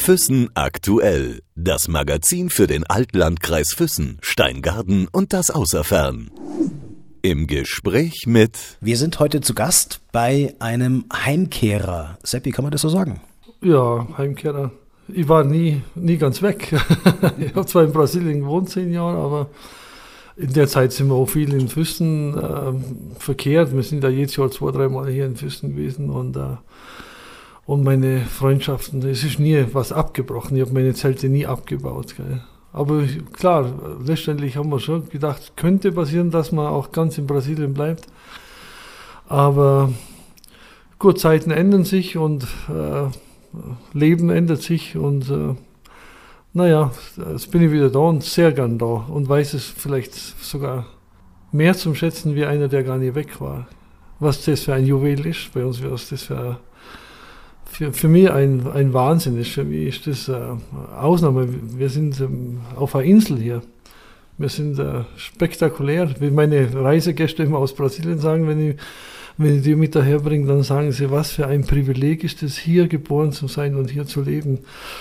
Füssen aktuell. Das Magazin für den Altlandkreis Füssen, Steingarten und das Außerfern. Im Gespräch mit... Wir sind heute zu Gast bei einem Heimkehrer. Seppi, kann man das so sagen? Ja, Heimkehrer. Ich war nie ganz weg. Ich habe zwar in Brasilien gewohnt 10 Jahre, aber in der Zeit sind wir auch viel in Füssen verkehrt. Wir sind da jedes Jahr 2-3 Mal hier in Füssen gewesen und meine Freundschaften, es ist nie was abgebrochen. Ich habe meine Zelte nie abgebaut. Gell. Aber klar, letztendlich haben wir schon gedacht, könnte passieren, dass man auch ganz in Brasilien bleibt. Aber gut, Zeiten ändern sich und Leben ändert sich und jetzt bin ich wieder da und sehr gern da und weiß es vielleicht sogar mehr zum Schätzen wie einer, der gar nicht weg war. Was das für ein Juwel ist, bei uns wäre das für mich ein Wahnsinn ist. Für mich ist das eine Ausnahme. Wir sind auf einer Insel hier. Wir sind spektakulär. Wie meine Reisegäste immer aus Brasilien sagen, wenn ich die mit daherbringe, dann sagen sie, was für ein Privileg ist es, hier geboren zu sein und hier zu leben.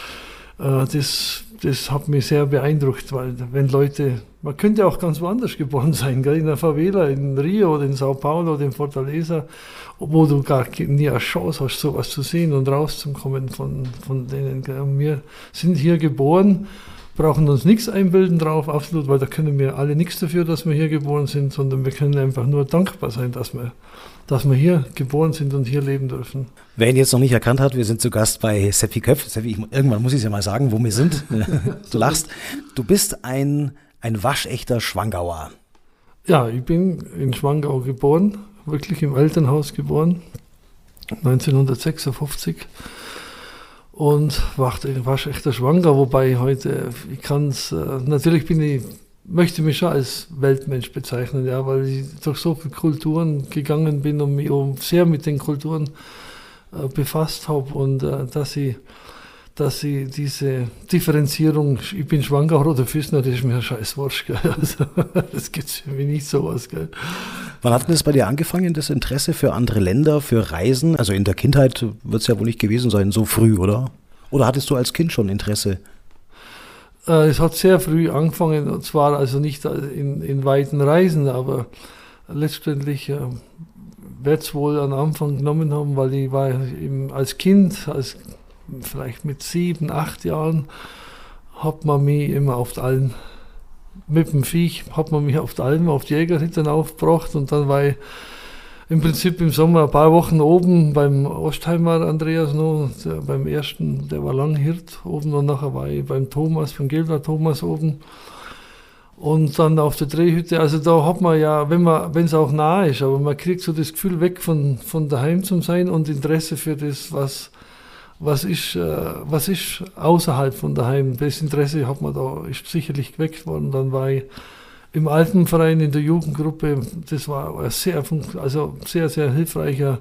Das hat mich sehr beeindruckt, weil wenn Leute, man könnte auch ganz woanders geboren sein, gell? In der Favela, in Rio oder in Sao Paulo oder in Fortaleza, wo du gar nie eine Chance hast, sowas zu sehen und rauszukommen von denen. Gell? Wir sind hier geboren, brauchen uns nichts einbilden drauf, absolut, weil da können wir alle nichts dafür, dass wir hier geboren sind, sondern wir können einfach nur dankbar sein, dass wir hier geboren sind und hier leben dürfen. Wer ihn jetzt noch nicht erkannt hat, wir sind zu Gast bei Seppi Köpf. Seppi, irgendwann muss ich es ja mal sagen, wo wir sind. Du lachst. Du bist ein waschechter Schwangauer. Ja, ich bin in Schwangau geboren, wirklich im Elternhaus geboren, 1956. Und waschechter Schwangau, wobei heute, ich kann es, natürlich möchte mich schon als Weltmensch bezeichnen, ja, weil ich durch so viele Kulturen gegangen bin und mich auch sehr mit den Kulturen befasst habe und dass ich diese Differenzierung, ich bin Schwangauer oder Füssner, das ist mir ein scheiß Wurscht, gell. Also, das gibt es für mich nicht sowas. Gell. Wann hat denn das bei dir angefangen, das Interesse für andere Länder, für Reisen? Also in der Kindheit wird es ja wohl nicht gewesen sein, so früh, oder? Oder hattest du als Kind schon Interesse? Es hat sehr früh angefangen, und zwar also nicht in weiten Reisen, aber letztendlich wird es wohl an Anfang genommen haben, weil ich war eben als Kind, vielleicht mit 7, 8 Jahren, hat man mich immer auf die Alm, mit dem Viech hat man mich auf die Alm, auf die Jägerhütten aufgebracht und dann war ich im Prinzip im Sommer ein paar Wochen oben beim Ostheimer Andreas noch, beim ersten, der war Langhirt oben und nachher war ich beim Gelder Thomas oben und dann auf der Drehhütte, also da hat man ja, wenn es auch nah ist, aber man kriegt so das Gefühl weg von daheim zu sein und Interesse für das, was ist außerhalb von daheim. Das Interesse ist sicherlich geweckt worden. Dann war ich im Alpenverein in der Jugendgruppe. Das war ein sehr, sehr hilfreicher,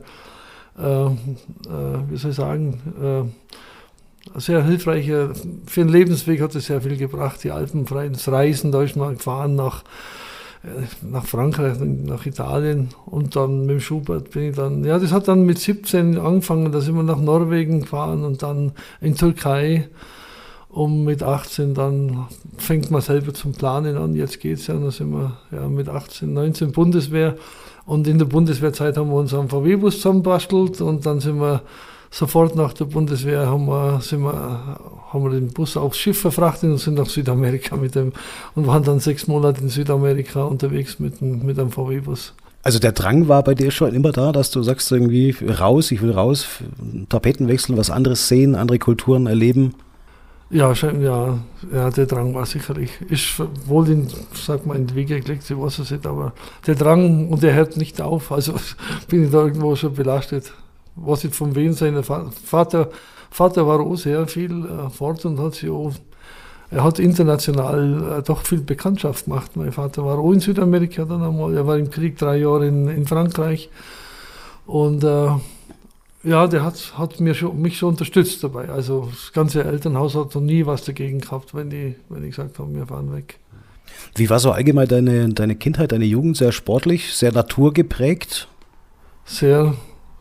sehr hilfreicher, für den Lebensweg hat es sehr viel gebracht. Die Alpenvereinsreisen, da ist man gefahren nach Frankreich, nach Italien und dann mit dem Schubert bin ich dann, ja, das hat dann mit 17 angefangen, da sind wir nach Norwegen gefahren und dann in Türkei und mit 18 dann fängt man selber zum Planen an, jetzt geht's ja, dann sind wir ja mit 18, 19 Bundeswehr und in der Bundeswehrzeit haben wir uns einen VW-Bus zusammenbastelt und dann sind wir sofort nach der Bundeswehr haben wir den Bus aufs Schiff verfrachtet und sind nach Südamerika mit dem und waren dann 6 Monate in Südamerika unterwegs mit einem VW-Bus. Also der Drang war bei dir schon immer da, dass du sagst irgendwie ich will raus, Tapeten wechseln, was anderes sehen, andere Kulturen erleben? Ja, der Drang war sicherlich, ist wohl in die Wege gelegt, ich weiß es nicht, aber der Drang und der hört nicht auf, also bin ich da irgendwo schon belastet. Was ich von wem sein Vater war auch sehr viel fort und er hat international doch viel Bekanntschaft gemacht. Mein Vater war auch in Südamerika dann einmal, er war im Krieg 3 Jahre in Frankreich und der hat mich schon unterstützt dabei. Also das ganze Elternhaus hat noch nie was dagegen gehabt, wenn ich gesagt habe, wir fahren weg. Wie war so allgemein deine Kindheit, deine Jugend? Sehr sportlich, sehr naturgeprägt? Sehr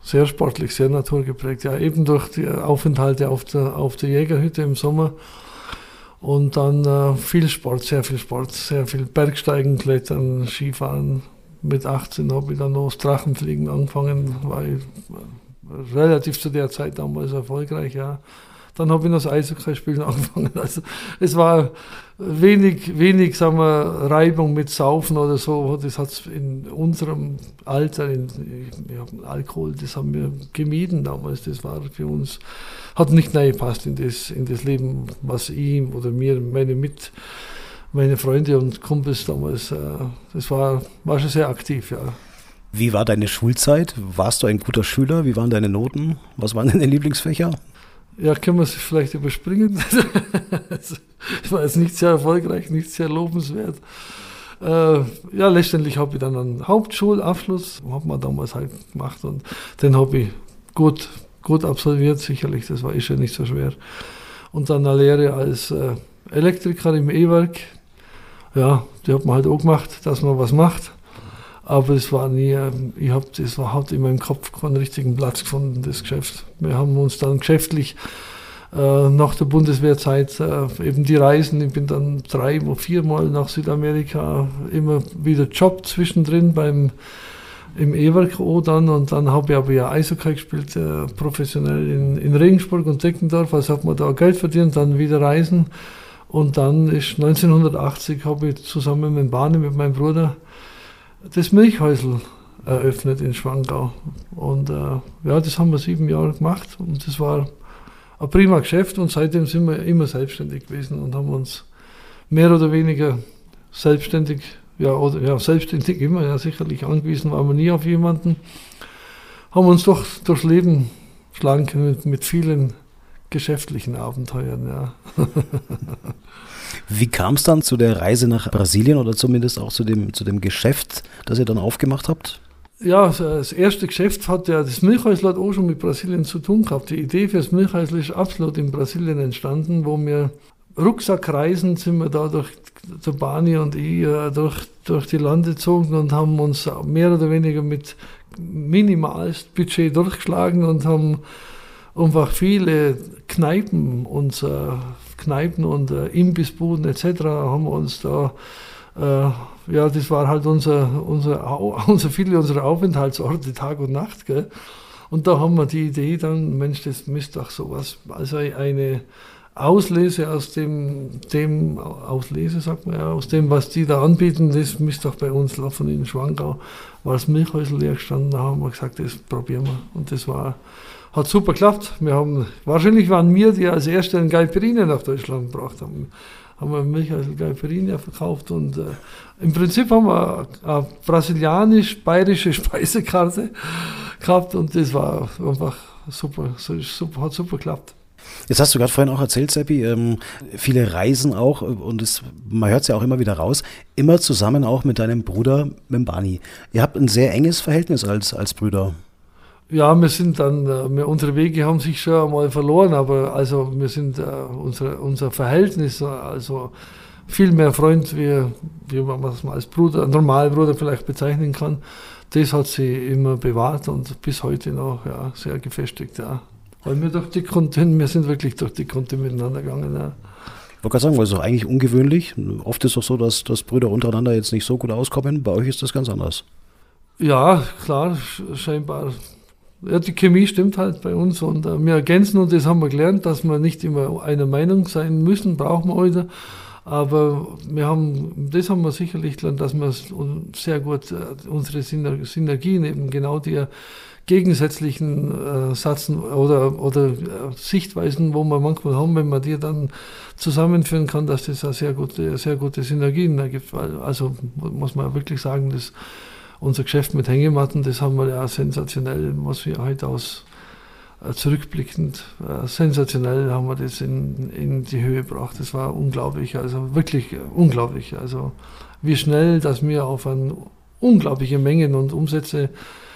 sehr sportlich, sehr naturgeprägt. Ja, eben durch die Aufenthalte auf der Jägerhütte im Sommer. Und dann viel Sport, sehr viel Bergsteigen, Klettern, Skifahren. Mit 18 habe ich dann noch das Drachenfliegen angefangen, war ich relativ zu der Zeit damals erfolgreich, ja. Dann habe ich noch das Eishockeyspielen angefangen. Also es war wenig sagen wir, Reibung mit Saufen oder so. Das hat es in unserem Alter, Alkohol, das haben wir gemieden damals. Das war für uns, hat nicht reingepasst in das Leben, was ich oder mir, meine Freunde und Kumpels damals, das war schon sehr aktiv, ja. Wie war deine Schulzeit? Warst du ein guter Schüler? Wie waren deine Noten? Was waren deine Lieblingsfächer? Ja, können wir es vielleicht überspringen. Es war jetzt nicht sehr erfolgreich, nicht sehr lobenswert. Ja, letztendlich habe ich dann einen Hauptschulabschluss, hat man damals halt gemacht und den habe ich gut absolviert, sicherlich, das war schon nicht so schwer. Und dann eine Lehre als Elektriker im E-Werk. Ja, die hat man halt auch gemacht, dass man was macht. Aber es war nie, hat in meinem Kopf keinen richtigen Platz gefunden, das Geschäft. Wir haben uns dann geschäftlich nach der Bundeswehrzeit eben die Reisen, ich bin dann 3-4 Mal nach Südamerika, immer wieder Job zwischendrin im E-Werk dann und dann habe ich aber ja Eishockey gespielt, professionell in Regensburg und Deckendorf, also hat man da Geld verdient, dann wieder Reisen und dann ist 1980 habe ich zusammen mit Barney, mit meinem Bruder, das Milchhäusl eröffnet in Schwangau. Und ja, das haben wir 7 Jahre gemacht und das war ein prima Geschäft und seitdem sind wir immer selbstständig gewesen und haben uns mehr oder weniger selbstständig immer, ja sicherlich angewiesen waren wir nie auf jemanden, haben uns doch durchs Leben schlagen können mit vielen geschäftlichen Abenteuern, ja. Wie kam es dann zu der Reise nach Brasilien oder zumindest auch zu dem Geschäft, das ihr dann aufgemacht habt? Ja, das erste Geschäft hat ja, das Milchhäusl hat auch schon mit Brasilien zu tun gehabt. Die Idee für das Milchhäusl ist absolut in Brasilien entstanden, wo wir Rucksackreisen sind wir da durch der Bani und ich durch die Lande gezogen und haben uns mehr oder weniger mit minimalst Budget durchgeschlagen und haben einfach viele Kneipen und Imbissbuden etc. haben wir uns da, ja, das war halt viele unserer Aufenthaltsorte Tag und Nacht, gell? Und da haben wir die Idee dann, Mensch, das müsste doch sowas, also eine Auslese aus Auslese sagt man ja, aus dem, was die da anbieten, das müsste doch bei uns laufen in Schwangau, war das Milchhäusl leer gestanden, da haben wir gesagt, das probieren wir. Und das hat super geklappt. Wahrscheinlich waren wir, die als Erste eine Caipirinha nach Deutschland gebracht haben. Haben wir Milchhäusl Caipirinha verkauft und im Prinzip haben wir eine brasilianisch-bayerische Speisekarte gehabt und das war einfach super, hat super geklappt. Jetzt hast du gerade vorhin auch erzählt, Seppi, viele Reisen auch und man hört es ja auch immer wieder raus, immer zusammen auch mit deinem Bruder, mit dem Barney. Ihr habt ein sehr enges Verhältnis als Brüder. Ja, wir sind dann, unsere Wege haben sich schon einmal verloren, aber also wir sind unser Verhältnis, also viel mehr Freund, wie man es mal als Bruder, Normalbruder vielleicht bezeichnen kann, das hat sie immer bewahrt und bis heute noch ja, sehr gefestigt, ja. Weil wir sind wirklich durch die Kontinente miteinander gegangen, ja. Ich wollte gerade sagen, weil es ist doch eigentlich ungewöhnlich. Oft ist es doch so, dass Brüder untereinander jetzt nicht so gut auskommen. Bei euch ist das ganz anders. Ja, klar, scheinbar. Ja, die Chemie stimmt halt bei uns und wir ergänzen und das haben wir gelernt, dass wir nicht immer einer Meinung sein müssen, brauchen wir heute. Aber das haben wir sicherlich gelernt, dass wir sehr gut unsere Synergien, eben genau die gegensätzlichen Satzen oder Sichtweisen, wo wir manchmal haben, wenn man die dann zusammenführen kann, dass das sehr gute Synergien ergibt. Also muss man wirklich sagen, dass unser Geschäft mit Hängematten, das haben wir ja sensationell, was wir heute aus zurückblickend, sensationell haben wir das in die Höhe gebracht. Das war unglaublich, also wirklich unglaublich. Also wie schnell, dass wir auf unglaubliche Mengen und Umsätze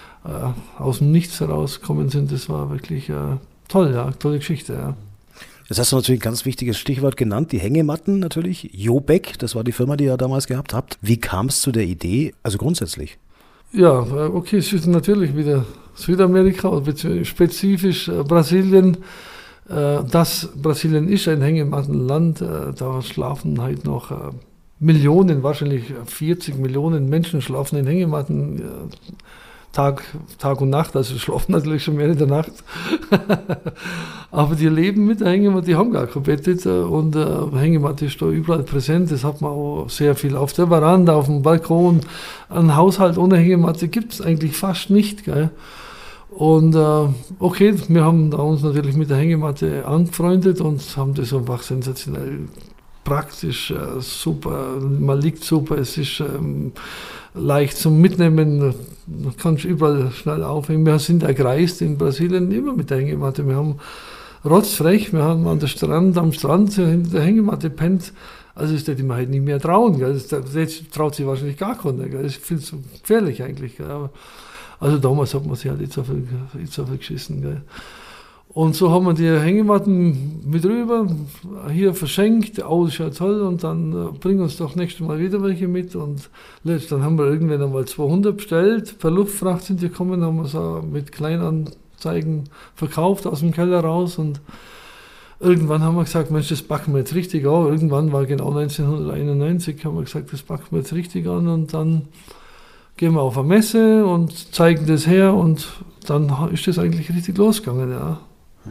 aus dem Nichts herauskommen sind, das war wirklich toll, ja, tolle Geschichte, ja. Jetzt hast du natürlich ein ganz wichtiges Stichwort genannt, die Hängematten natürlich. Jobeck, das war die Firma, die ihr damals gehabt habt. Wie kam es zu der Idee, also grundsätzlich? Ja, okay, es ist natürlich wieder Südamerika, beziehungsweise spezifisch Brasilien. Brasilien ist ein Hängemattenland, da schlafen halt noch Millionen, wahrscheinlich 40 Millionen Menschen schlafen in Hängematten Tag und Nacht, also schlafen natürlich schon mehr in der Nacht. Aber die leben mit der Hängematte, die haben gar kein Bett und Hängematte ist da überall präsent. Das hat man auch sehr viel auf der Veranda, auf dem Balkon. Ein Haushalt ohne Hängematte gibt es eigentlich fast nicht. Gell? Und okay, wir haben uns natürlich mit der Hängematte angefreundet und haben das einfach sensationell praktisch, super, man liegt super, es ist leicht zum Mitnehmen, man kann überall schnell aufhängen. Wir sind ergreist in Brasilien immer mit der Hängematte. Wir haben rotzfrech, wir haben am Strand hinter der Hängematte pennt. Also das hätte man halt nicht mehr trauen. Gell. Das traut sich wahrscheinlich gar keiner. Gell. Das ist viel zu gefährlich eigentlich. Gell. Also damals hat man sich halt nicht so viel geschissen. Gell. Und so haben wir die Hängematten mit rüber, hier verschenkt, ist ja toll, und dann bringen uns doch nächstes Mal wieder welche mit. Und dann haben wir irgendwann einmal 200 bestellt, per Luftfracht sind die gekommen, haben wir so mit Kleinanzeigen verkauft aus dem Keller raus. Und irgendwann haben wir gesagt, Mensch, das backen wir jetzt richtig an. Irgendwann war genau 1991, haben wir gesagt, das backen wir jetzt richtig an. Und dann gehen wir auf eine Messe und zeigen das her, und dann ist das eigentlich richtig losgegangen, ja.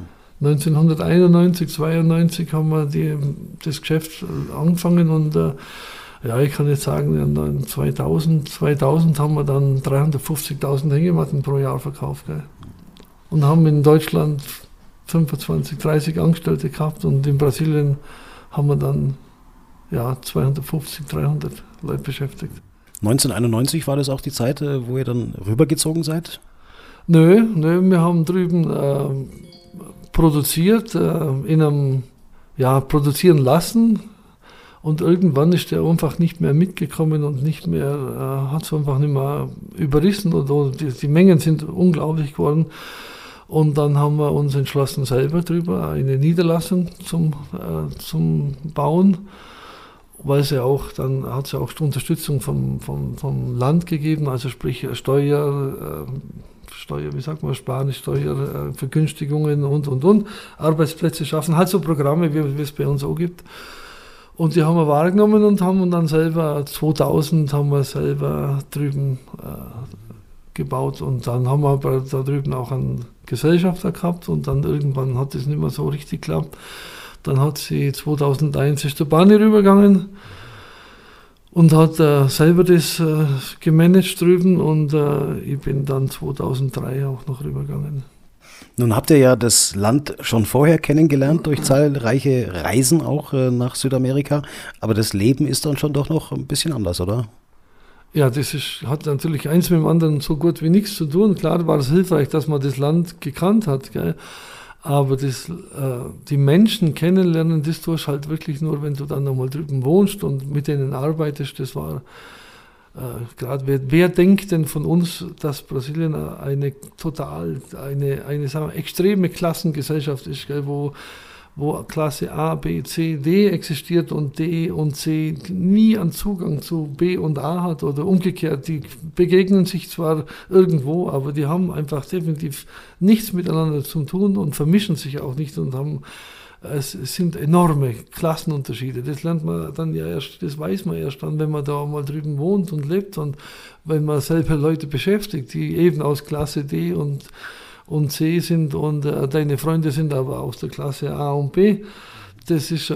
1991, 92 haben wir das Geschäft angefangen, und ja, ich kann jetzt sagen, 2000 haben wir dann 350.000 Hängematten pro Jahr verkauft. Gell? Und haben in Deutschland 25, 30 Angestellte gehabt, und in Brasilien haben wir dann 250, 300 Leute beschäftigt. 1991 war das auch die Zeit, wo ihr dann rübergezogen seid? Nö, wir haben drüben produziert, produzieren lassen, und irgendwann ist der einfach nicht mehr mitgekommen und hat es einfach nicht mehr überrissen, oder die Mengen sind unglaublich geworden, und dann haben wir uns entschlossen, selber drüber eine Niederlassung zum Bauen, weil es ja auch, dann hat es ja auch Unterstützung vom Land gegeben, also sprich Steuer, wie sagt man, Spanisch, Steuervergünstigungen und Arbeitsplätze schaffen, halt so Programme, wie es bei uns auch gibt. Und die haben wir wahrgenommen und haben dann selber, 2000 haben wir selber drüben gebaut, und dann haben wir da drüben auch einen Gesellschafter gehabt, und dann irgendwann hat es nicht mehr so richtig geklappt. Dann hat sie 2001 ist der Bani rübergegangen und hat selber das gemanagt drüben, und ich bin dann 2003 auch noch rübergegangen. Nun habt ihr ja das Land schon vorher kennengelernt durch zahlreiche Reisen auch nach Südamerika, aber das Leben ist dann schon doch noch ein bisschen anders, oder? Ja, hat natürlich eins mit dem anderen so gut wie nichts zu tun. Klar war es hilfreich, dass man das Land gekannt hat, gell? Aber die Menschen kennenlernen, das tust du halt wirklich nur, wenn du dann nochmal drüben wohnst und mit denen arbeitest. Das war gerade, wer denkt denn von uns, dass Brasilien eine sagen wir, extreme Klassengesellschaft ist, gell, wo Klasse A, B, C, D existiert und D und C nie einen Zugang zu B und A hat, oder umgekehrt, die begegnen sich zwar irgendwo, aber die haben einfach definitiv nichts miteinander zu tun und vermischen sich auch nicht, und es sind enorme Klassenunterschiede. Das lernt man dann ja erst, das weiß man erst dann, wenn man da mal drüben wohnt und lebt, und wenn man selber Leute beschäftigt, die eben aus Klasse D und C sind, und deine Freunde sind aber aus der Klasse A und B. Das ist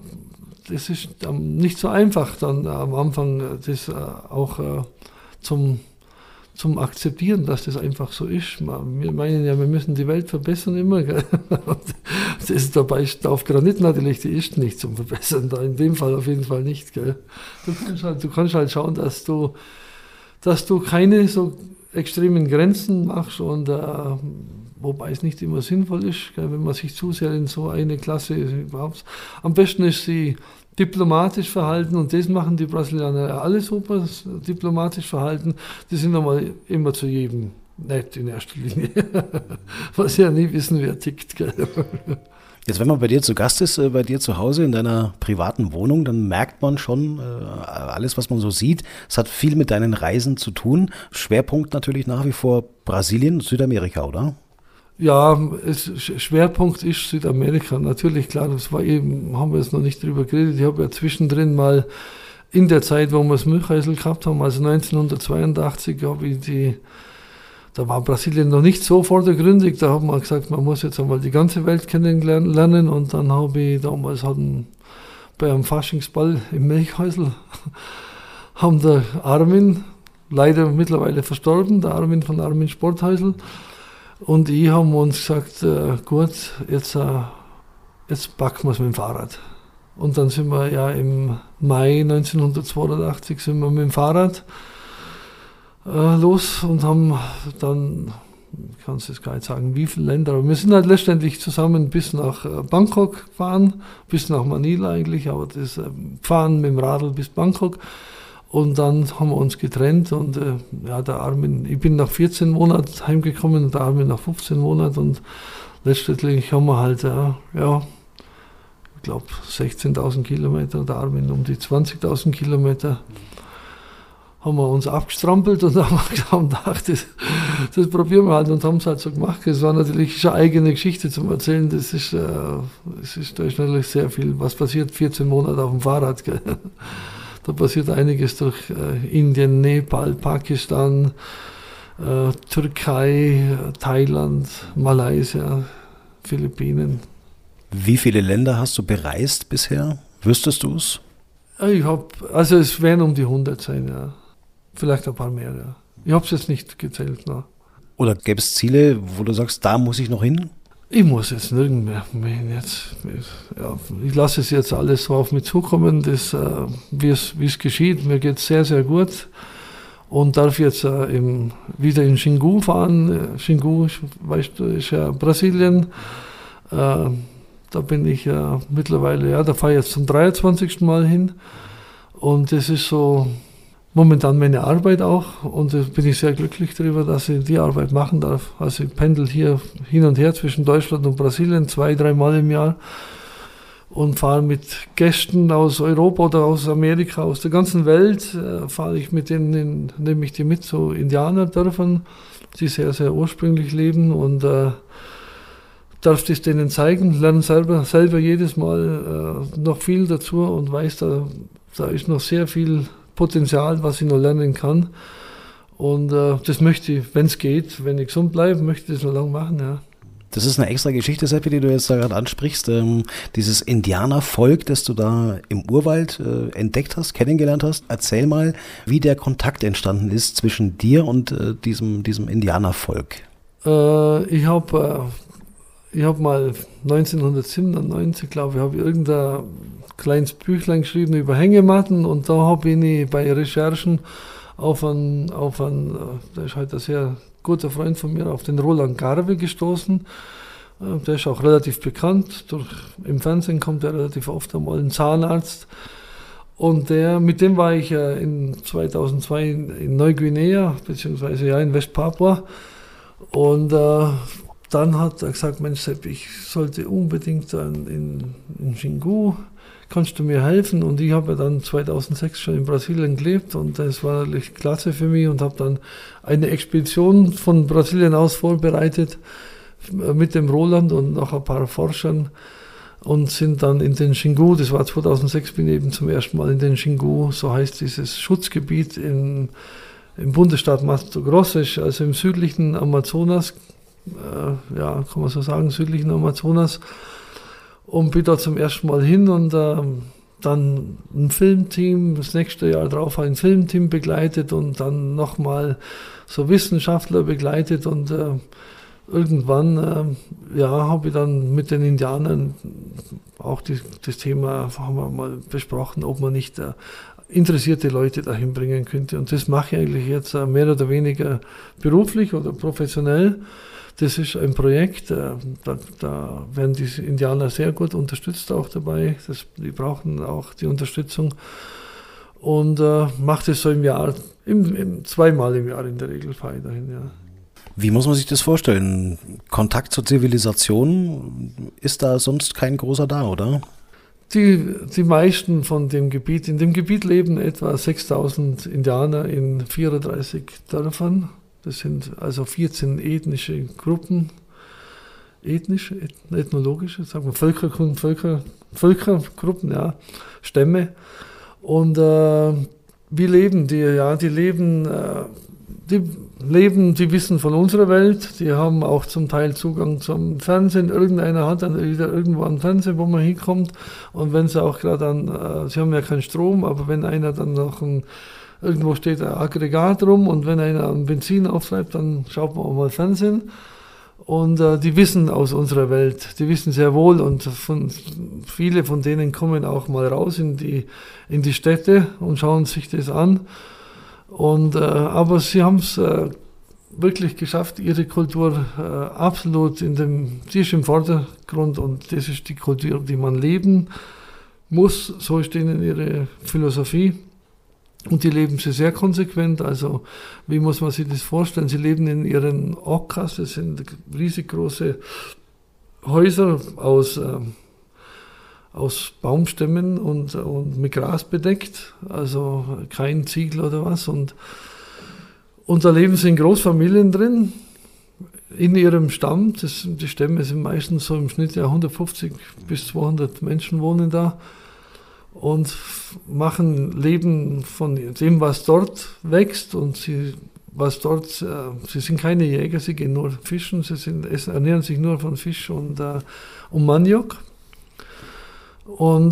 nicht so einfach dann am Anfang, das auch zum Akzeptieren, dass das einfach so ist. Wir meinen ja, wir müssen die Welt verbessern immer. Gell? Das dabei ist auf Granit natürlich, die ist nicht zum Verbessern, da in dem Fall auf jeden Fall nicht. Gell? Du kannst halt schauen, dass du keine so extremen Grenzen machst, und wobei es nicht immer sinnvoll ist, gell, wenn man sich zu sehr in so eine Klasse überhaupt. Am besten ist sie diplomatisch verhalten, und das machen die Brasilianer alle super, diplomatisch verhalten. Die sind einmal immer zu jedem nicht in erster Linie. Was ja nie wissen, wer tickt. Gell? Jetzt, wenn man bei dir zu Gast ist, bei dir zu Hause in deiner privaten Wohnung, dann merkt man schon alles, was man so sieht. Es hat viel mit deinen Reisen zu tun. Schwerpunkt natürlich nach wie vor Brasilien, Südamerika, oder? Ja, Schwerpunkt ist Südamerika. Natürlich, klar, das war eben, haben wir jetzt noch nicht drüber geredet. Ich habe ja zwischendrin mal in der Zeit, wo wir das Milchreisel gehabt haben, also 1982, da war Brasilien noch nicht so vordergründig, da haben wir gesagt, man muss jetzt einmal die ganze Welt kennenlernen und dann habe ich damals bei einem Faschingsball im Milchhäusl haben der Armin, leider mittlerweile verstorben, der Armin von Armin Sporthäusl und ich haben uns gesagt, gut, jetzt packen wir es mit dem Fahrrad. Und dann sind wir ja im Mai 1982 sind wir mit dem Fahrrad los und haben dann, ich kann es jetzt gar nicht sagen, wie viele Länder, aber wir sind halt letztendlich zusammen bis nach Bangkok gefahren, bis nach Manila eigentlich, aber das Fahren mit dem Radl bis Bangkok und dann haben wir uns getrennt und der Armin, ich bin nach 14 Monaten heimgekommen und der Armin nach 15 Monaten und letztendlich haben wir halt, ich glaube 16.000 Kilometer, der Armin um die 20.000 Kilometer. Haben wir uns abgestrampelt und haben gedacht, das probieren wir halt und haben es halt so gemacht. Es war natürlich eine eigene Geschichte zum Erzählen. Da ist natürlich sehr viel, was passiert 14 Monate auf dem Fahrrad. Gell? Da passiert einiges durch Indien, Nepal, Pakistan, Türkei, Thailand, Malaysia, Philippinen. Wie viele Länder hast du bereist bisher? Wüsstest du es? Es werden um die 100 sein, ja. Vielleicht ein paar mehr, ja. Ich habe es jetzt nicht gezählt. Ne. Oder gäbe es Ziele, wo du sagst, da muss ich noch hin? Ich muss jetzt nirgends mehr hin. Ich lasse es jetzt alles so auf mich zukommen, wie es geschieht. Mir geht es sehr, sehr gut. Und darf jetzt wieder in Xingu fahren. Xingu, weißt du, ist ja Brasilien. Da bin ich mittlerweile, da fahre ich jetzt zum 23. Mal hin. Und das ist so momentan meine Arbeit auch. Und da bin ich sehr glücklich darüber, dass ich die Arbeit machen darf. Also ich pendel hier hin und her zwischen Deutschland und Brasilien 2-3 Mal im Jahr und fahre mit Gästen aus Europa oder aus Amerika, aus der ganzen Welt, fahre ich mit denen, nehme ich die mit zu Indianerdörfern, die sehr, sehr ursprünglich leben und darf das denen zeigen, lerne selber jedes Mal noch viel dazu und weiß, da ist noch sehr viel Potenzial, was ich noch lernen kann. Und das möchte ich, wenn es geht, wenn ich gesund bleibe, möchte ich das noch lange machen. Ja. Das ist eine extra Geschichte, Seppi, die du jetzt da gerade ansprichst. Dieses Indianervolk, das du da im Urwald entdeckt hast, kennengelernt hast. Erzähl mal, wie der Kontakt entstanden ist zwischen dir und diesem Indianervolk. Ich habe mal 1997, glaube ich, habe irgendein kleines Büchlein geschrieben über Hängematten und da bin ich bei Recherchen auf einen, der ist halt ein sehr guter Freund von mir, auf den Roland Garve gestoßen. Der ist auch relativ bekannt. Im Fernsehen kommt er relativ oft einmal, ein Zahnarzt. Und mit dem war ich in 2002 in Neuguinea, beziehungsweise in Westpapua. Und dann hat er gesagt, Mensch Sepp, ich sollte unbedingt in Xingu, kannst du mir helfen? Und ich habe dann 2006 schon in Brasilien gelebt und das war natürlich klasse für mich und habe dann eine Expedition von Brasilien aus vorbereitet mit dem Roland und noch ein paar Forschern und sind dann in den Xingu, das war 2006, bin ich eben zum ersten Mal in den Xingu, so heißt dieses Schutzgebiet im Bundesstaat Mato Grosso, also im südlichen Amazonas, kann man so sagen, südlichen Amazonas. Und bin da zum ersten Mal hin und dann ein Filmteam, das nächste Jahr drauf ein Filmteam begleitet und dann nochmal so Wissenschaftler begleitet und irgendwann habe ich dann mit den Indianern auch das Thema, haben wir mal besprochen, ob man nicht interessierte Leute dahin bringen könnte. Und das mache ich eigentlich jetzt mehr oder weniger beruflich oder professionell. Das ist ein Projekt, da werden die Indianer sehr gut unterstützt auch dabei. Die brauchen auch die Unterstützung. Und mache das so im Jahr, zweimal im Jahr in der Regel fahre ich dahin, ja. Wie muss man sich das vorstellen? Kontakt zur Zivilisation ist da sonst kein großer da, oder? Die meisten von dem Gebiet, in dem Gebiet leben etwa 6000 Indianer in 34 Dörfern. Das sind also 14 ethnische Gruppen, ethnologische, sagen wir Völkergruppen, ja, Stämme. Und wie leben die? Ja, die leben, die wissen von unserer Welt, die haben auch zum Teil Zugang zum Fernsehen. Irgendeiner hat dann wieder irgendwo einen Fernseher, wo man hinkommt. Und wenn sie auch gerade sie haben ja keinen Strom, aber wenn einer dann noch irgendwo steht ein Aggregat rum und wenn einer ein Benzin auftreibt, dann schaut man auch mal Fernsehen. Und die wissen aus unserer Welt, die wissen sehr wohl und viele von denen kommen auch mal raus in die Städte und schauen sich das an. Und, aber sie haben es wirklich geschafft, ihre Kultur absolut die ist im Vordergrund und das ist die Kultur, die man leben muss. So ist ihnen ihre Philosophie. Und die leben sie sehr konsequent, also wie muss man sich das vorstellen? Sie leben in ihren Okas, das sind riesig große Häuser aus Baumstämmen und mit Gras bedeckt, also kein Ziegel oder was. Und da leben sie in Großfamilien drin, in ihrem Stamm. Die Stämme sind meistens so im Schnitt ja 150 bis 200 Menschen wohnen da. Und leben von dem, was dort wächst und sie sind keine Jäger, sie gehen nur fischen, ernähren sich nur von Fisch und Maniok und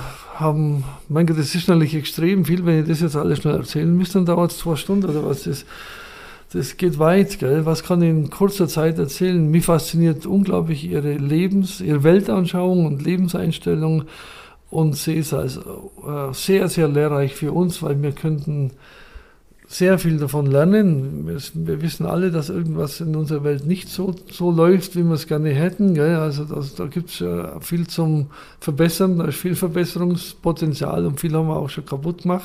mein Gott, das ist natürlich extrem viel, wenn ich das jetzt alles schnell erzählen müsste, dann dauert es 2 Stunden oder was, das geht weit, gell? Was kann ich in kurzer Zeit erzählen? Mich fasziniert unglaublich ihre Weltanschauung und Lebenseinstellung. Und sehe es als sehr, sehr lehrreich für uns, weil wir könnten sehr viel davon lernen. Wir wissen alle, dass irgendwas in unserer Welt nicht so läuft, wie wir es gerne hätten. Gell? Also da gibt es viel zum Verbessern, da ist viel Verbesserungspotenzial und viel haben wir auch schon kaputt gemacht.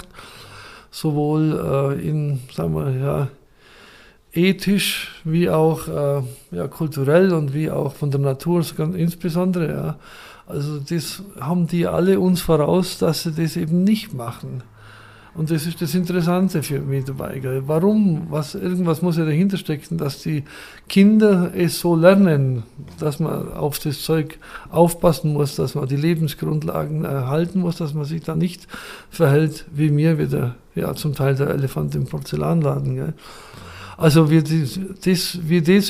Sowohl sagen wir, ja, ethisch wie auch kulturell und wie auch von der Natur insbesondere. Ja. Also das haben die alle uns voraus, dass sie das eben nicht machen. Und das ist das Interessante für mich dabei. Gell? Warum? Irgendwas muss ja dahinter stecken, dass die Kinder es so lernen, dass man auf das Zeug aufpassen muss, dass man die Lebensgrundlagen erhalten muss, dass man sich da nicht verhält wie mir, zum Teil der Elefant im Porzellanladen. Gell? Also wie das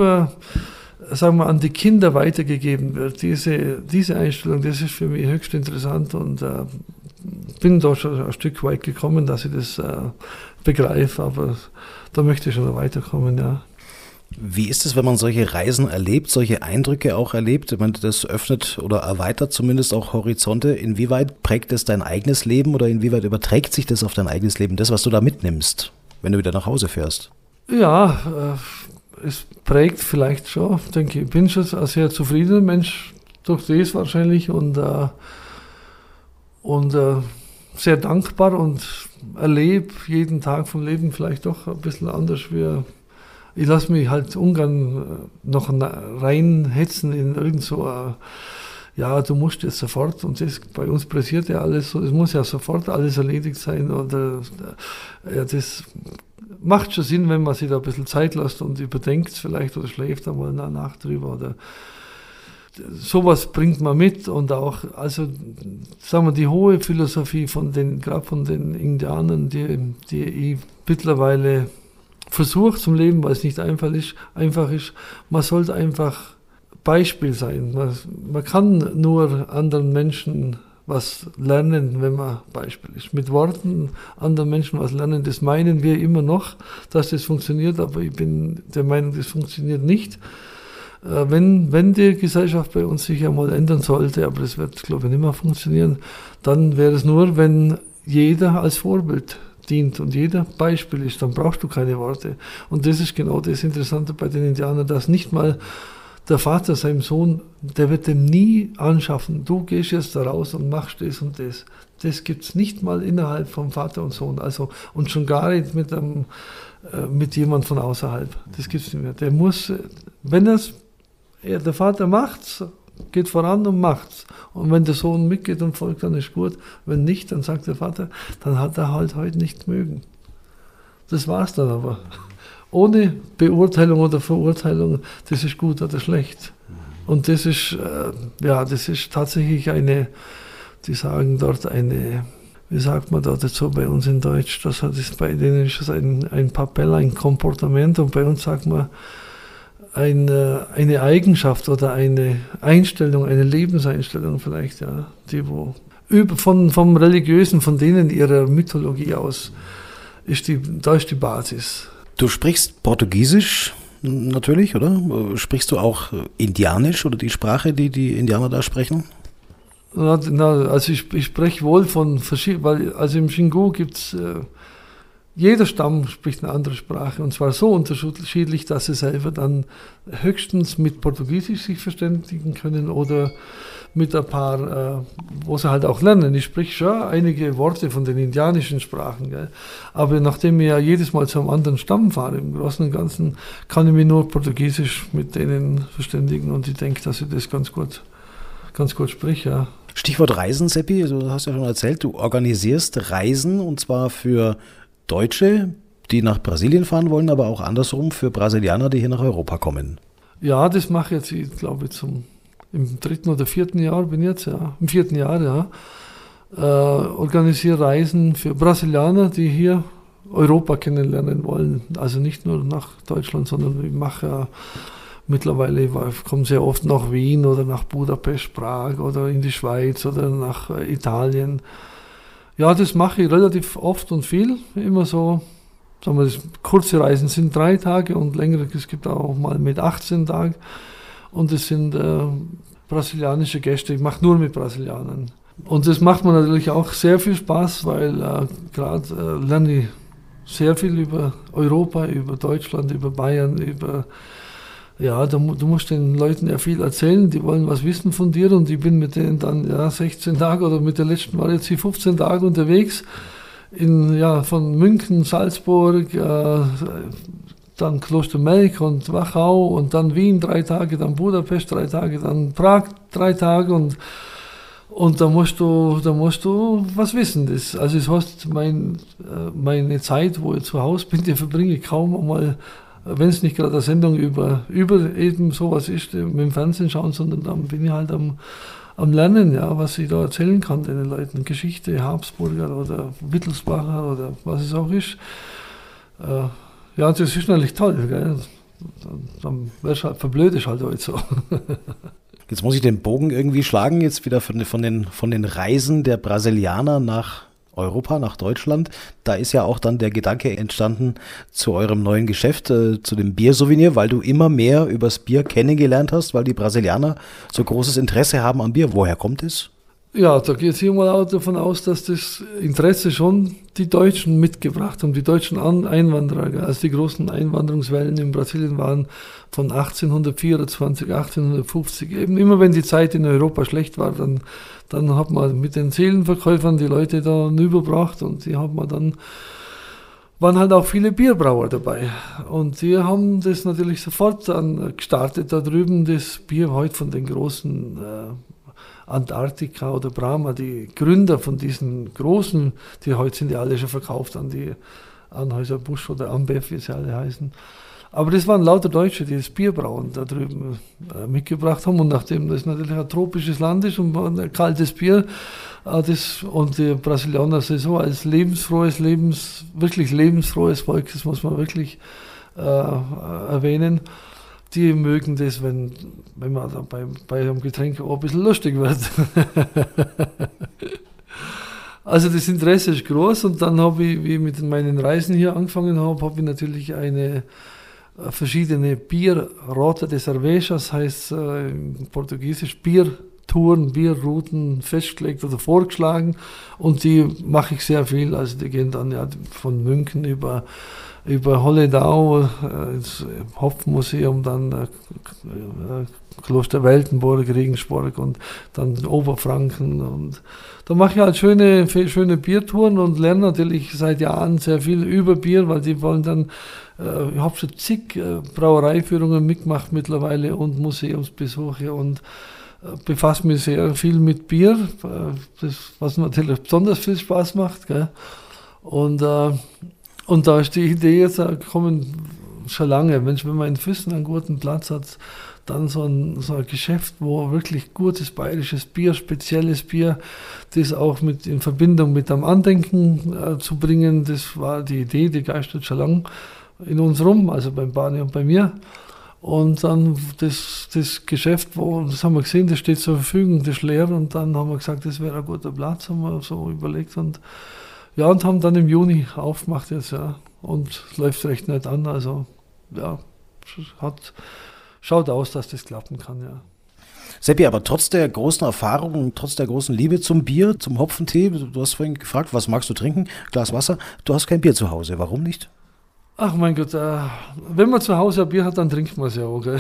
sagen wir, an die Kinder weitergegeben wird, diese Einstellung, das ist für mich höchst interessant und bin da schon ein Stück weit gekommen, dass ich das begreife, aber da möchte ich schon noch weiterkommen, ja. Wie ist es, wenn man solche Reisen erlebt, solche Eindrücke auch erlebt? Ich meine, das öffnet oder erweitert zumindest auch Horizonte. Inwieweit prägt es dein eigenes Leben oder inwieweit überträgt sich das auf dein eigenes Leben, das, was du da mitnimmst, wenn du wieder nach Hause fährst? Ja, es prägt vielleicht schon, denke ich. Ich bin schon ein sehr zufriedener Mensch durch das wahrscheinlich und sehr dankbar und erlebe jeden Tag vom Leben vielleicht doch ein bisschen anders. Ich lasse mich halt ungern noch reinhetzen in irgend so du musst jetzt sofort und das bei uns passiert ja alles so, es muss ja sofort alles erledigt sein oder das macht schon Sinn, wenn man sich da ein bisschen Zeit lässt und überdenkt es vielleicht oder schläft einmal eine Nacht drüber oder sowas bringt man mit und auch, also sagen wir, die hohe Philosophie gerade von den Indianern, die ich mittlerweile versuche zum Leben, weil es nicht einfach ist, man sollte einfach Beispiel sein. Man kann nur anderen Menschen was lernen, wenn man Beispiel ist. Mit Worten anderen Menschen was lernen, das meinen wir immer noch, dass das funktioniert, aber ich bin der Meinung, das funktioniert nicht. Wenn die Gesellschaft bei uns sich einmal ändern sollte, aber das wird, glaube ich, nicht mehr funktionieren, dann wäre es nur, wenn jeder als Vorbild dient und jeder Beispiel ist, dann brauchst du keine Worte. Und das ist genau das Interessante bei den Indianern, dass nicht mal der Vater seinem Sohn, der wird dem nie anschaffen, du gehst jetzt da raus und machst das und das. Das gibt es nicht mal innerhalb vom Vater und Sohn. Also, und schon gar nicht mit einem mit jemand von außerhalb. Das gibt es nicht mehr. Der muss, der Vater macht's, geht voran und macht's. Und wenn der Sohn mitgeht und folgt, dann ist gut. Wenn nicht, dann sagt der Vater, dann hat er halt heute nicht mögen. Das war's dann aber. Ohne Beurteilung oder Verurteilung, das ist gut oder schlecht. Und das ist, das ist tatsächlich die sagen dort wie sagt man da dazu bei uns in Deutsch, bei denen ist das ein Papel, ein Komportement, und bei uns sagt man eine Eigenschaft oder eine Einstellung, eine Lebenseinstellung vielleicht, ja, die vom Religiösen, von denen ihrer Mythologie aus, da ist die Basis. Du sprichst Portugiesisch natürlich, oder? Sprichst du auch Indianisch oder die Sprache, die Indianer da sprechen? Also ich spreche wohl von verschiedenen, weil also im Xingu gibt es, jeder Stamm spricht eine andere Sprache, und zwar so unterschiedlich, dass sie selber dann höchstens mit Portugiesisch sich verständigen können oder mit ein paar, wo sie halt auch lernen. Ich spreche schon einige Worte von den indianischen Sprachen, gell? Aber nachdem ich ja jedes Mal zu einem anderen Stamm fahre, im Großen und Ganzen, kann ich mich nur Portugiesisch mit denen verständigen, und ich denke, dass ich das ganz gut spreche, ja. Stichwort Reisen, Seppi, du hast ja schon erzählt, du organisierst Reisen, und zwar für Deutsche, die nach Brasilien fahren wollen, aber auch andersrum für Brasilianer, die hier nach Europa kommen. Ja, das mache ich jetzt, ich glaube, im 3. oder 4. Jahr bin ich jetzt, ja, im 4. Jahr, ja. Organisiere Reisen für Brasilianer, die hier Europa kennenlernen wollen. Also nicht nur nach Deutschland, sondern ich mache ja mittlerweile, ich komme sehr oft nach Wien oder nach Budapest, Prag oder in die Schweiz oder nach Italien. Ja, das mache ich relativ oft und viel. Immer so, sagen wir, kurze Reisen sind 3 Tage und längere, es gibt auch mal mit 18 Tagen. Und es sind brasilianische Gäste, ich mache nur mit Brasilianern. Und das macht mir natürlich auch sehr viel Spaß, weil gerade lerne ich sehr viel über Europa, über Deutschland, über Bayern, du musst den Leuten ja viel erzählen, die wollen was wissen von dir, und ich bin mit denen dann 16 Tage oder mit der letzten war jetzt hier 15 Tage unterwegs, von München, Salzburg, dann Klosterneuburg und Wachau und dann Wien 3 Tage, dann Budapest 3 Tage, dann Prag 3 Tage, und da musst du was wissen. Das heißt, meine Zeit, wo ich zu Hause bin, die verbringe ich kaum einmal, wenn es nicht gerade eine Sendung über eben sowas ist, mit dem Fernsehen schauen, sondern dann bin ich halt am Lernen, ja, was ich da erzählen kann den Leuten. Geschichte, Habsburger oder Wittelsbacher oder was es auch ist. Das ist natürlich toll, gell? Dann verblöd ist halt heute so. Jetzt muss ich den Bogen irgendwie schlagen, jetzt wieder von den Reisen der Brasilianer nach Europa, nach Deutschland. Da ist ja auch dann der Gedanke entstanden zu eurem neuen Geschäft, zu dem Biersouvenir, weil du immer mehr übers Bier kennengelernt hast, weil die Brasilianer so großes Interesse haben am Bier. Woher kommt es? Ja, da geht es hier mal auch davon aus, dass das Interesse schon die Deutschen mitgebracht haben, die deutschen Einwanderer. Also die großen Einwanderungswellen in Brasilien waren von 1824, 1850. Eben immer wenn die Zeit in Europa schlecht war, dann hat man mit den Seelenverkäufern die Leute da überbracht, und die waren halt auch viele Bierbrauer dabei. Und die haben das natürlich sofort dann gestartet da drüben, das Bier heute von den großen Antarktika oder Brahma, die Gründer von diesen großen, die heute sind ja alle schon verkauft an die Anheuser-Busch oder Ambev, wie sie alle heißen. Aber das waren lauter Deutsche, die das Bierbrauen da drüben mitgebracht haben. Und nachdem das natürlich ein tropisches Land ist und ein kaltes Bier, und die Brasilianer sind so als wirklich lebensfrohes Volk, das muss man wirklich erwähnen. Die mögen das, wenn man da bei einem Getränk auch ein bisschen lustig wird. Also das Interesse ist groß, und dann habe ich, wie ich mit meinen Reisen hier angefangen habe ich natürlich verschiedene Bierrota de Cervejas, heißt in Portugiesisch Biertouren, Bierrouten festgelegt oder vorgeschlagen, und die mache ich sehr viel. Also die gehen dann von München über über Holledau ins Hopfenmuseum, dann Kloster Weltenburg, Regensburg und dann Oberfranken. Und da mache ich halt schöne Biertouren und lerne natürlich seit Jahren sehr viel über Bier, weil die wollen dann, ich habe schon zig Brauereiführungen mitgemacht mittlerweile und Museumsbesuche und befasse mich sehr viel mit Bier, was natürlich besonders viel Spaß macht. Gell? Und da ist die Idee jetzt gekommen, schon lange, Mensch, wenn man in Füssen einen guten Platz hat, dann so ein Geschäft, wo wirklich gutes bayerisches Bier, spezielles Bier, das auch in Verbindung mit dem Andenken zu bringen, das war die Idee, die geistert schon lange in uns rum, also beim Barney und bei mir. Und dann das Geschäft, das haben wir gesehen, das steht zur Verfügung, das ist leer und dann haben wir gesagt, das wäre ein guter Platz, haben wir so überlegt und haben dann im Juni aufgemacht jetzt, ja, und es läuft recht nett an, also ja, schaut aus, dass das klappen kann, ja. Seppi, aber trotz der großen Erfahrung und trotz der großen Liebe zum Bier, zum Hopfentee, du hast vorhin gefragt, was magst du trinken? Glas Wasser. Du hast kein Bier zu Hause. Warum nicht? Ach mein Gott, wenn man zu Hause ein Bier hat, dann trinkt man es ja auch. Gell?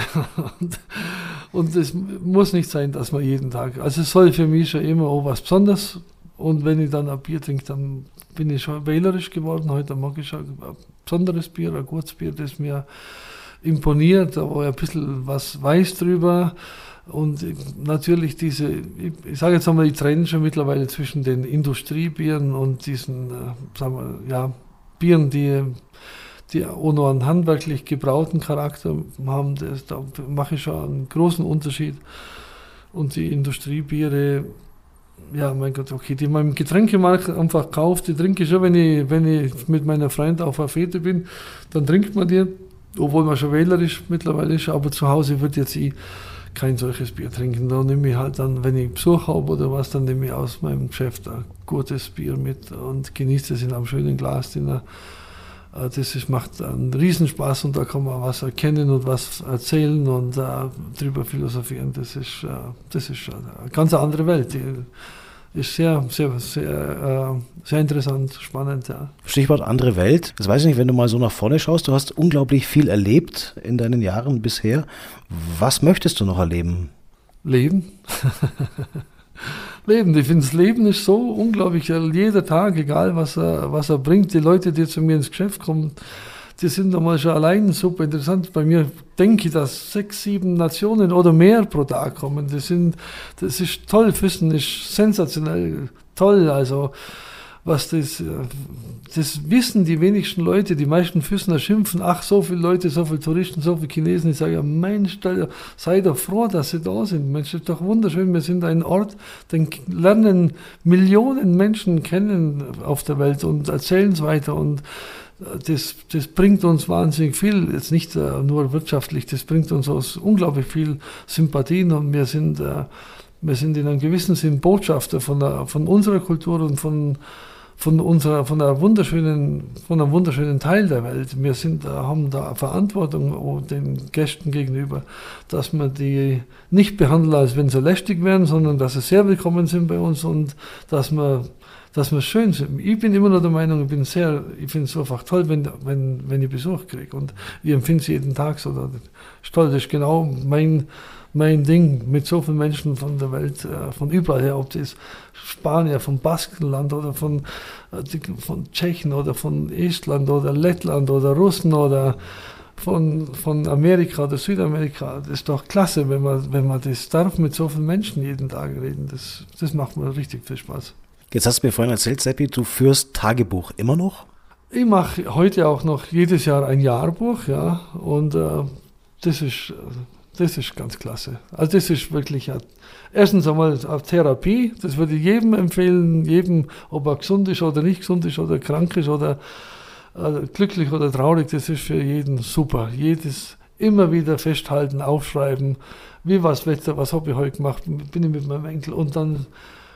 Und es muss nicht sein, dass man jeden Tag, also es soll für mich schon immer auch was Besonderes. Und wenn ich dann ein Bier trinke, dann bin ich schon wählerisch geworden. Heute mag ich schon ein besonderes Bier, ein gutes Bier, das mir imponiert, da war ein bisschen was weiß drüber. Und natürlich ich sage jetzt einmal, ich trenne schon mittlerweile zwischen den Industriebieren und diesen, sagen wir, ja, Bieren, die auch noch einen handwerklich gebrauten Charakter haben. Da mache ich schon einen großen Unterschied. Und die Industriebiere, ja, mein Gott, okay, die man im Getränkemarkt einfach kauft, die trinke ich schon, wenn ich mit meiner Freundin auf einer Fete bin, dann trinkt man die, obwohl man schon wählerisch mittlerweile ist, aber zu Hause wird jetzt kein solches Bier trinken. Da nehme ich halt dann, wenn ich Besuch habe oder was, dann nehme ich aus meinem Geschäft ein gutes Bier mit und genieße es in einem schönen Glas. Macht einen Riesenspaß und da kann man was erkennen und was erzählen und drüber philosophieren. Das ist schon eine ganz andere Welt. Die ist sehr, sehr, sehr, sehr interessant, spannend. Ja. Stichwort andere Welt. Das weiß ich nicht, wenn du mal so nach vorne schaust, du hast unglaublich viel erlebt in deinen Jahren bisher. Was möchtest du noch erleben? Leben. Leben. Ich finde, das Leben ist so unglaublich. Jeder Tag, egal was er bringt, die Leute, die zu mir ins Geschäft kommen, die sind einmal schon allein super interessant. Bei mir denke ich, dass 6, 7 Nationen oder mehr pro Tag kommen. Das ist toll. Füssen ist sensationell toll. Also, was das wissen die wenigsten Leute. Die meisten Füssener schimpfen, ach, so viele Leute, so viele Touristen, so viele Chinesen. Ich sage, ja, Mensch, sei doch froh, dass sie da sind. Mensch, das ist doch wunderschön. Wir sind ein Ort, den lernen Millionen Menschen kennen auf der Welt und erzählen es weiter. Und das bringt uns wahnsinnig viel, jetzt nicht nur wirtschaftlich, das bringt uns aus unglaublich viel Sympathien und wir sind in einem gewissen Sinn Botschafter von unserer Kultur und von einem wunderschönen Teil der Welt. Wir haben da Verantwortung den Gästen gegenüber, dass wir die nicht behandeln, als wenn sie lästig wären, sondern dass sie sehr willkommen sind bei uns und dass wir schön sind. Ich bin immer noch der Meinung, ich finde es einfach toll, wenn ich Besuch kriege. Und ich empfinde es jeden Tag so. Das ist toll, das ist genau mein Ding, mit so vielen Menschen von der Welt, von überall her, ob das Spanier, vom Baskenland oder von Tschechien oder von Estland oder Lettland oder Russen oder von Amerika oder Südamerika. Das ist doch klasse, wenn man das darf, mit so vielen Menschen jeden Tag reden. Das macht mir richtig viel Spaß. Jetzt hast du mir vorhin erzählt, Seppi, du führst Tagebuch immer noch? Ich mache heute auch noch jedes Jahr ein Jahrbuch, ja, und das ist ganz klasse. Also das ist wirklich, erstens einmal eine Therapie, das würde ich jedem empfehlen, ob er gesund ist oder nicht gesund ist oder krank ist oder glücklich oder traurig, das ist für jeden super. Jedes immer wieder festhalten, aufschreiben, wie war das Wetter, was habe ich heute gemacht, bin ich mit meinem Enkel und dann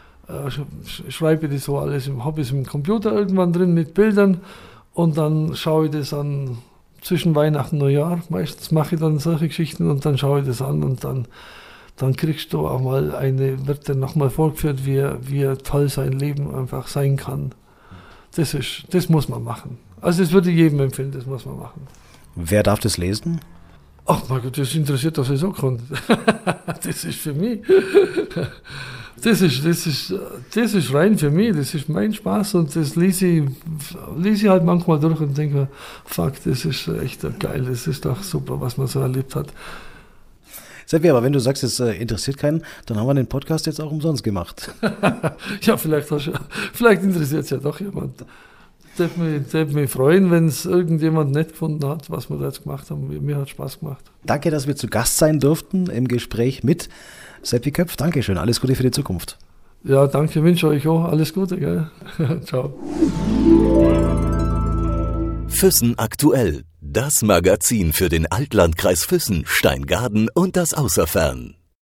schreibe ich das so alles, habe ich es im Computer irgendwann drin mit Bildern und dann schaue ich das an zwischen Weihnachten und Neujahr. Meistens mache ich dann solche Geschichten und dann schaue ich das an und dann kriegst du auch mal wird dann nochmal vorgeführt, wie toll sein Leben einfach sein kann. Das muss man machen. Also das würde ich jedem empfehlen, das muss man machen. Wer darf das lesen? Ach mein Gott, das interessiert das so kann. Das ist für mich. Das ist rein für mich, das ist mein Spaß und das lese ich halt manchmal durch und denke mir, fuck, das ist echt geil, das ist doch super, was man so erlebt hat. Seppi, aber wenn du sagst, es interessiert keinen, dann haben wir den Podcast jetzt auch umsonst gemacht. Ja, vielleicht interessiert es ja doch jemand. Das würde mich freuen, wenn es irgendjemand nett gefunden hat, was wir da jetzt gemacht haben. Mir hat Spaß gemacht. Danke, dass wir zu Gast sein durften im Gespräch mit Seppi Köpf. Dankeschön, alles Gute für die Zukunft. Ja, danke, wünsche euch auch alles Gute. Gell? Ciao. Füssen aktuell, das Magazin für den Altlandkreis Füssen, Steingaden und das Außerfern.